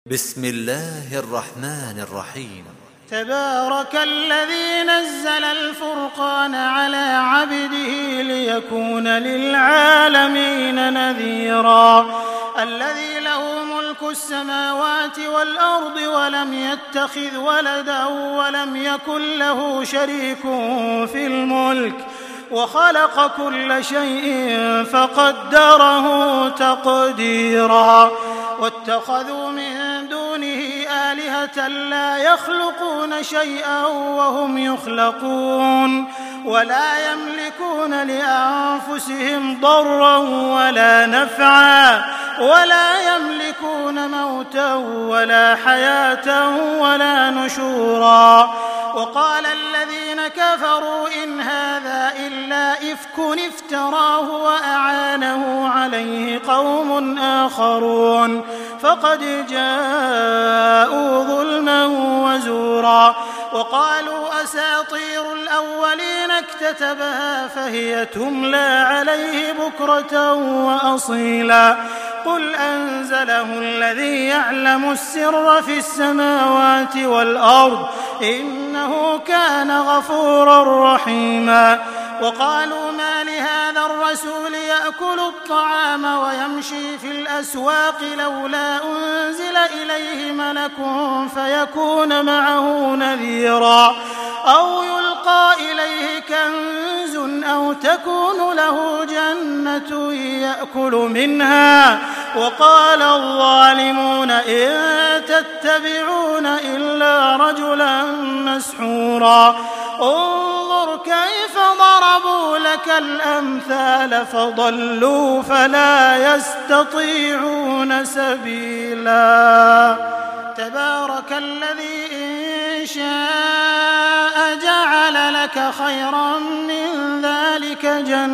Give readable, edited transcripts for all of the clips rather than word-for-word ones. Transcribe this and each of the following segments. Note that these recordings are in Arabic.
بسم الله الرحمن الرحيم. تبارك الذي نزل الفرقان على عبده ليكون للعالمين نذيرا الذي له ملك السماوات والأرض ولم يتخذ ولدا ولم يكن له شريك في الملك وخلق كل شيء فقدره تقديرا واتخذوا من دونه آلهة لا يخلقون شيئا وهم يخلقون ولا يملكون لأنفسهم ضرا ولا نفعا ولا يملكون موتا ولا حياة ولا نشورا وقال الذين كفروا إن هذا إلا إفك افتراه وأعانه عليه قوم آخرون فقد جاءوا ظلما وزورا وقالوا أساطير الأولين اكتتبها فهي تملى عليه بكرة وأصيلا قل أنزله الذي يعلم السر في السماوات والأرض إنه كان غفورا رحيما وقالوا ما لهذا الرسول يأكل الطعام ويمشي في الأسواق لولا أنزل إليه ملك فيكون معه نذيرا أو يلقى إليه كنز أو تكون له جنة يأكل منها وقال الظالمون إن تتبعون إلا رجلا مسحورا انظر كيف ضربوا لك الأمثال فضلوا فلا يستطيعون سبيلا تبارك الذي إن شاء جعل لك خيرا من ذلك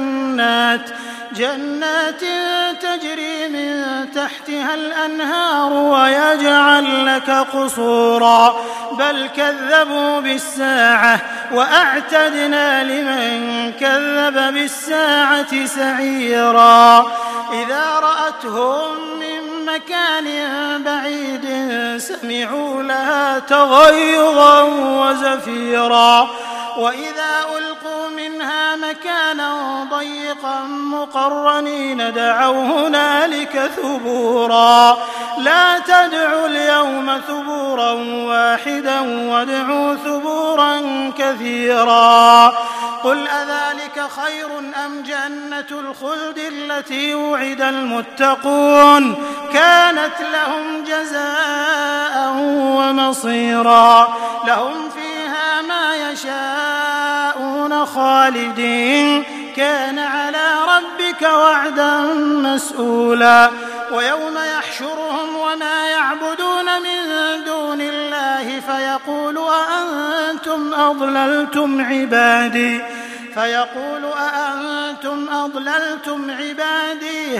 جنات تجري من تحتها الأنهار ويجعل لك قصورا بل كذبوا بالساعة وأعتدنا لمن كذب بالساعة سعيرا إذا رأتهم من مكان بعيد سمعوا لها تغيظا وزفيرا وإذا ألقوا منها مكانا ضيقا مقرنين دعوا هنالك ثبورا لا تدعوا اليوم ثبورا واحدا وادعوا ثبورا كثيرا قل أذلك خير أم جنة الخلد التي وعد المتقون كانت لهم جزاء ومصيرا لهم فيها ما يشاءون خالدين كان على ربك وعدا مسؤولا ويوم يحشرهم وما يعبدون من دون الله فيقول أأنتم أضللتم عبادي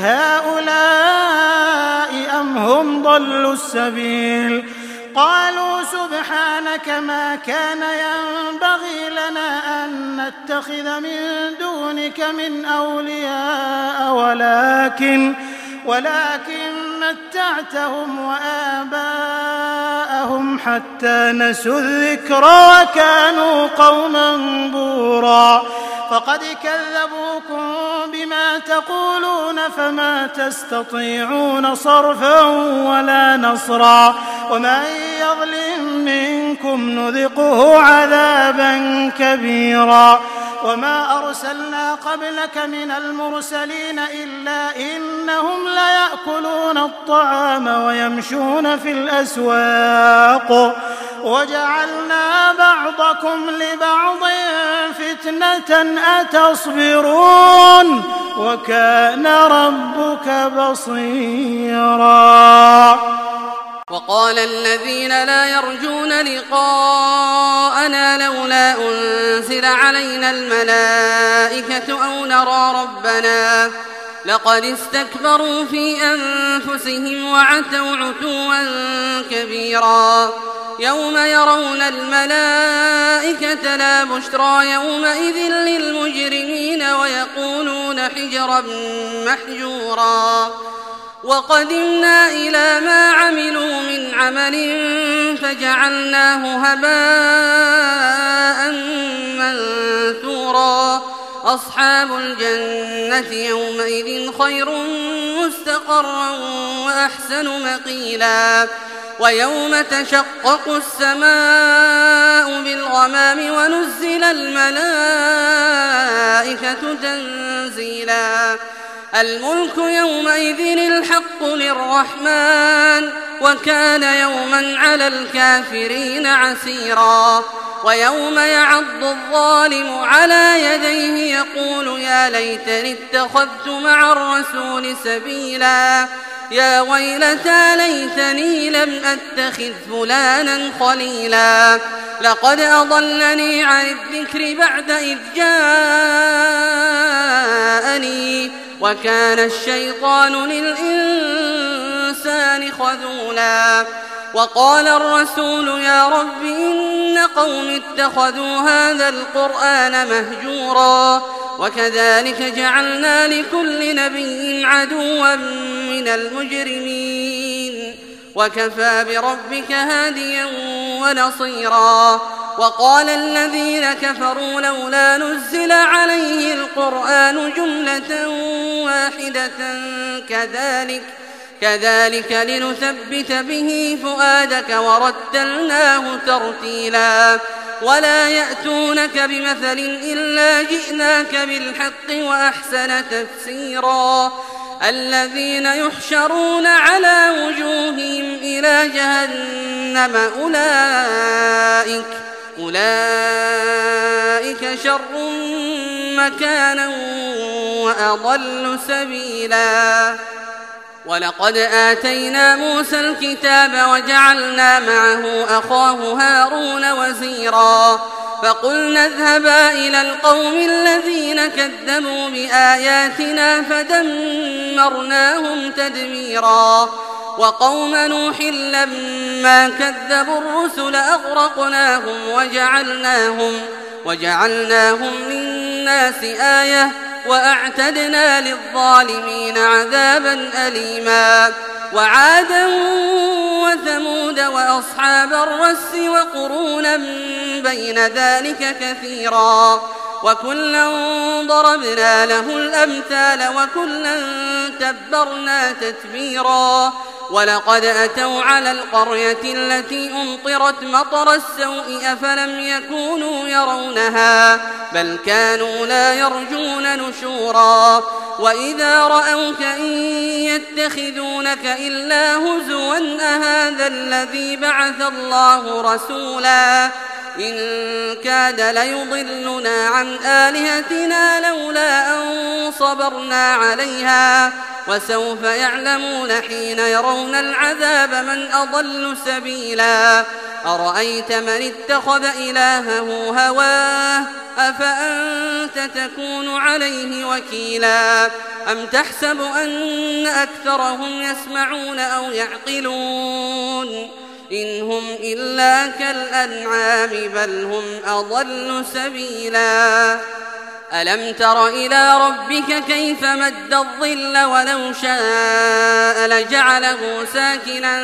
هؤلاء أم هم ضلوا السبيل قالوا سبحانك ما كان ينبغي لنا أن نتخذ من دونك من أولياء ولكن متعتهم وآباءهم حتى نسوا الذكر وكانوا قوما بورا فقد كذبوكم بما تقولون فما تستطيعون صرفا ولا نصرا ومن يظلم منكم نذقه عذابا كبيرا وما أرسلنا قبلك من المرسلين إلا إنهم ليأكلون الطعام ويمشون في الأسواق وجعلنا بعضكم لبعض فتنة أتصبرون وكان ربك بصيرا وقال الذين لا يرجون لقاءنا لولا أنزل علينا الملائكة أو نرى ربنا لقد استكبروا في أنفسهم وعتوا عتوا كبيرا يوم يرون الملائكة لا بشرى يومئذ للمجرمين ويقولون حجرا محجورا وقدمنا إلى ما عملوا من عمل فجعلناه هباء منثورا أصحاب الجنة يومئذ خير مستقرا وأحسن مقيلا ويوم تشقق السماء بالغمام ونزل الملائكة تنزيلا الملك يومئذ الحق للرحمن وكان يوما على الكافرين عسيرا ويوم يعض الظالم على يديه يقول يا ليتني اتخذت مع الرسول سبيلا يا ويلتى ليتني لم أتخذ فلانا خليلا لقد أضلني عن الذكر بعد إذ جاءني وكان الشيطان للإنسان خذولا وقال الرسول يا رب إن قوم اتخذوا هذا القرآن مهجورا وكذلك جعلنا لكل نبي عدوا من المجرمين وكفى بربك هاديا ونصيرا وقال الذين كفروا لولا نزل عليه القرآن جملة واحدة كذلك لنثبت به فؤادك ورتلناه ترتيلا ولا يأتونك بمثل إلا جئناك بالحق وأحسن تفسيرا الذين يحشرون على وجوههم إلى جهنم أولئك شر مكانا وأضل سبيلا ولقد آتينا موسى الكتاب وجعلنا معه أخاه هارون وزيرا فقلنا اذهبا إلى القوم الذين كذبوا بآياتنا فدمرناهم تدميرا وقوم نوح لما كذبوا الرسل أغرقناهم وجعلناهم للناس آية وأعتدنا للظالمين عذابا أليما وعادا وثمود وأصحاب الرس وقرونا بين ذلك كثيرا وكلا ضربنا له الأمثال وكلا تبرنا تتبيرا ولقد أتوا على القرية التي أمطرت مطر السوء أفلم يكونوا يرونها بل كانوا لا يرجون نشورا وإذا رأوك إن يتخذونك إلا هزوا أهذا الذي بعث الله رسولا إن كاد ليضلنا عن آلهتنا لولا أن صبرنا عليها وسوف يعلمون حين يرون العذاب من أضل سبيلا أرأيت من اتخذ إلهه هواه أفأنت تكون عليه وكيلا أم تحسب أن أكثرهم يسمعون أو يعقلون إن هم إلا كالأنعام بل هم أضل سبيلا ألم تر إلى ربك كيف مد الظل ولو شاء لجعله ساكنا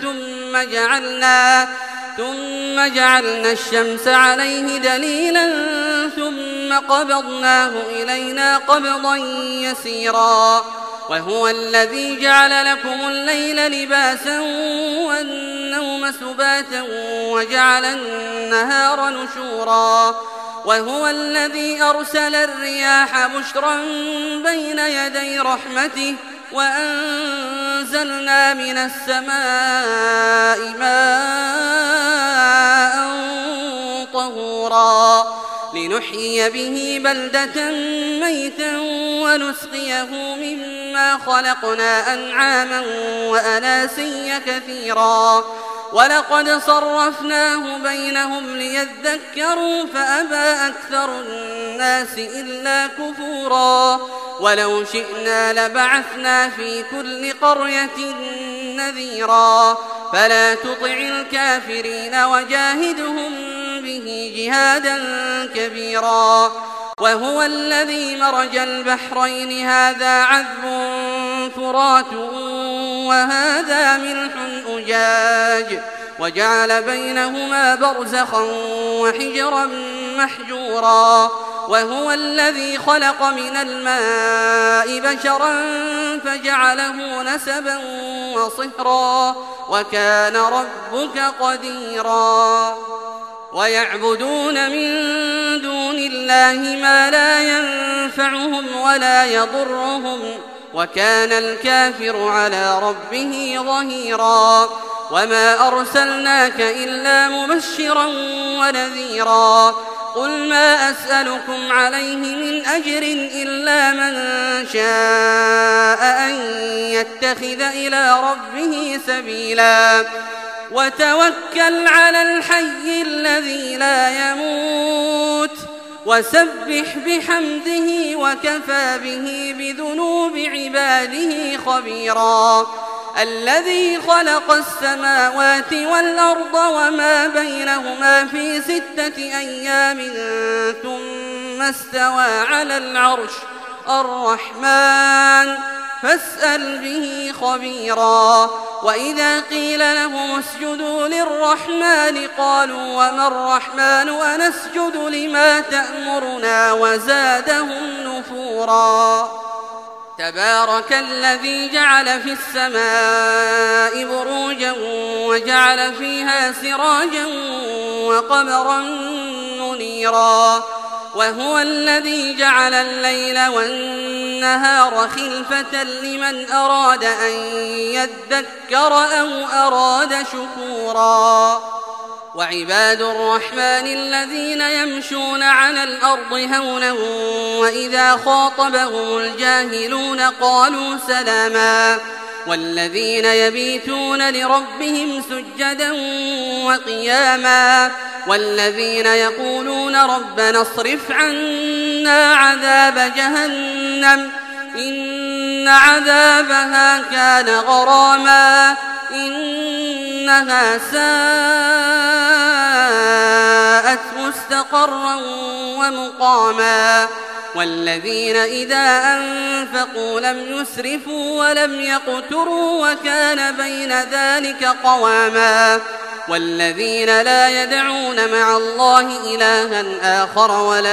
ثم جعلنا الشمس عليه دليلا ثم قبضناه إلينا قبضا يسيرا وهو الذي جعل لكم الليل لباسا والنوم سباتا وجعل النهار نشورا وهو الذي أرسل الرياح بشرا بين يدي رحمته وأنزلنا من السماء ماء طهورا لنحيي به بلدة ميتا ونسقيه مما خلقنا أنعاما وأناسيا كثيرا ولقد صرفناه بينهم ليذكروا فأبى أكثر الناس إلا كفورا ولو شئنا لبعثنا في كل قرية نذيرا فلا تطع الكافرين وجاهدهم به جهادا كبيرا وهو الذي مرج البحرين هذا عذب فرات وهذا ملح أجاج وجعل بينهما برزخا وحجرا محجورا وهو الذي خلق من الماء بشرا فجعله نسبا وصهرا وكان ربك قديرا ويعبدون من دون الله ما لا ينفعهم ولا يضرهم وكان الكافر على ربه ظهيرا وما أرسلناك إلا مبشرا ونذيرا قل ما أسألكم عليه من أجر إلا من شاء أن يتخذ إلى ربه سبيلا وتوكل على الحي الذي لا يموت وسبح بحمده وكفى به بذنوب عباده خبيرا الذي خلق السماوات والأرض وما بينهما في 6 أيام ثم استوى على العرش الرحمن فاسأل به خبيرا وإذا قيل لهم اسجدوا للرحمن قالوا وما الرحمن ونسجد لما تأمرنا وزادهم نفورا تبارك الذي جعل في السماء بروجا وجعل فيها سراجا وقمرا منيرا وهو الذي جعل الليل والنهار خلفة لمن أراد أن يذكر أو أراد شكورا وعباد الرحمن الذين يمشون على الأرض هونا وإذا خاطبهم الجاهلون قالوا سلاما والذين يبيتون لربهم سجدا وقياما والذين يقولون ربنا اصرف عنا عذاب جهنم إن عذابها كان غراما إنها ساءت مستقرا ومقاما والذين إذا أنفقوا لم يسرفوا ولم يقتروا وكان بين ذلك قواما والذين لا يدعون مع الله إلها آخر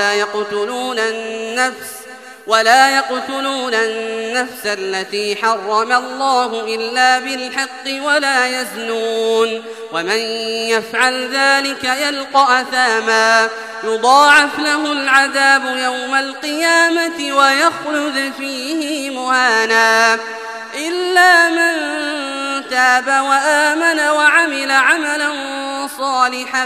ولا يقتلون النفس التي حرم الله إلا بالحق ولا يزنون ومن يفعل ذلك يلقى أثاما يضاعف له العذاب يوم القيامة ويخلد فيه مهانا إلا من تاب وآمن وعمل عملا صالحا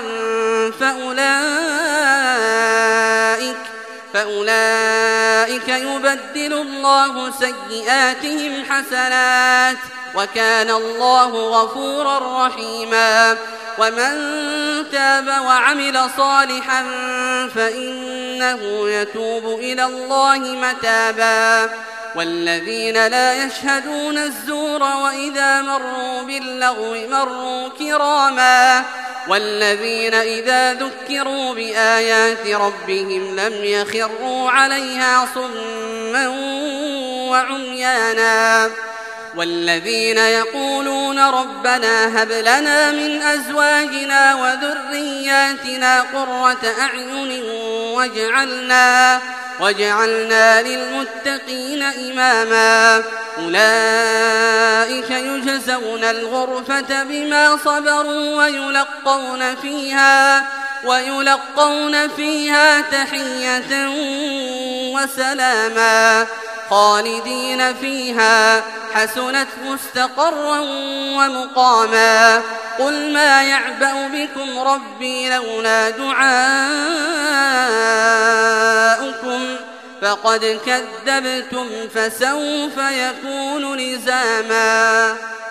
فأولئك يبدل الله سيئاتهم حسنات وكان الله غفورا رحيما ومن تاب وعمل صالحا فإنه يتوب إلى الله متابا والذين لا يشهدون الزور وإذا مروا باللغو مروا كراما والذين إذا ذكروا بآيات ربهم لم يخروا عليها صما وعميانا والذين يقولون ربنا هب لنا من أزواجنا وذرياتنا قرة أعين واجعلنا للمتقين إماما أولئك يجزون الغرفة بما صبروا ويلقون فيها تحية وسلاما خالدين فيها حسنت مستقرا ومقاما قل ما يعبأ بكم ربي لولا دعاؤكم فقد كذبتم فسوف يكون لزاما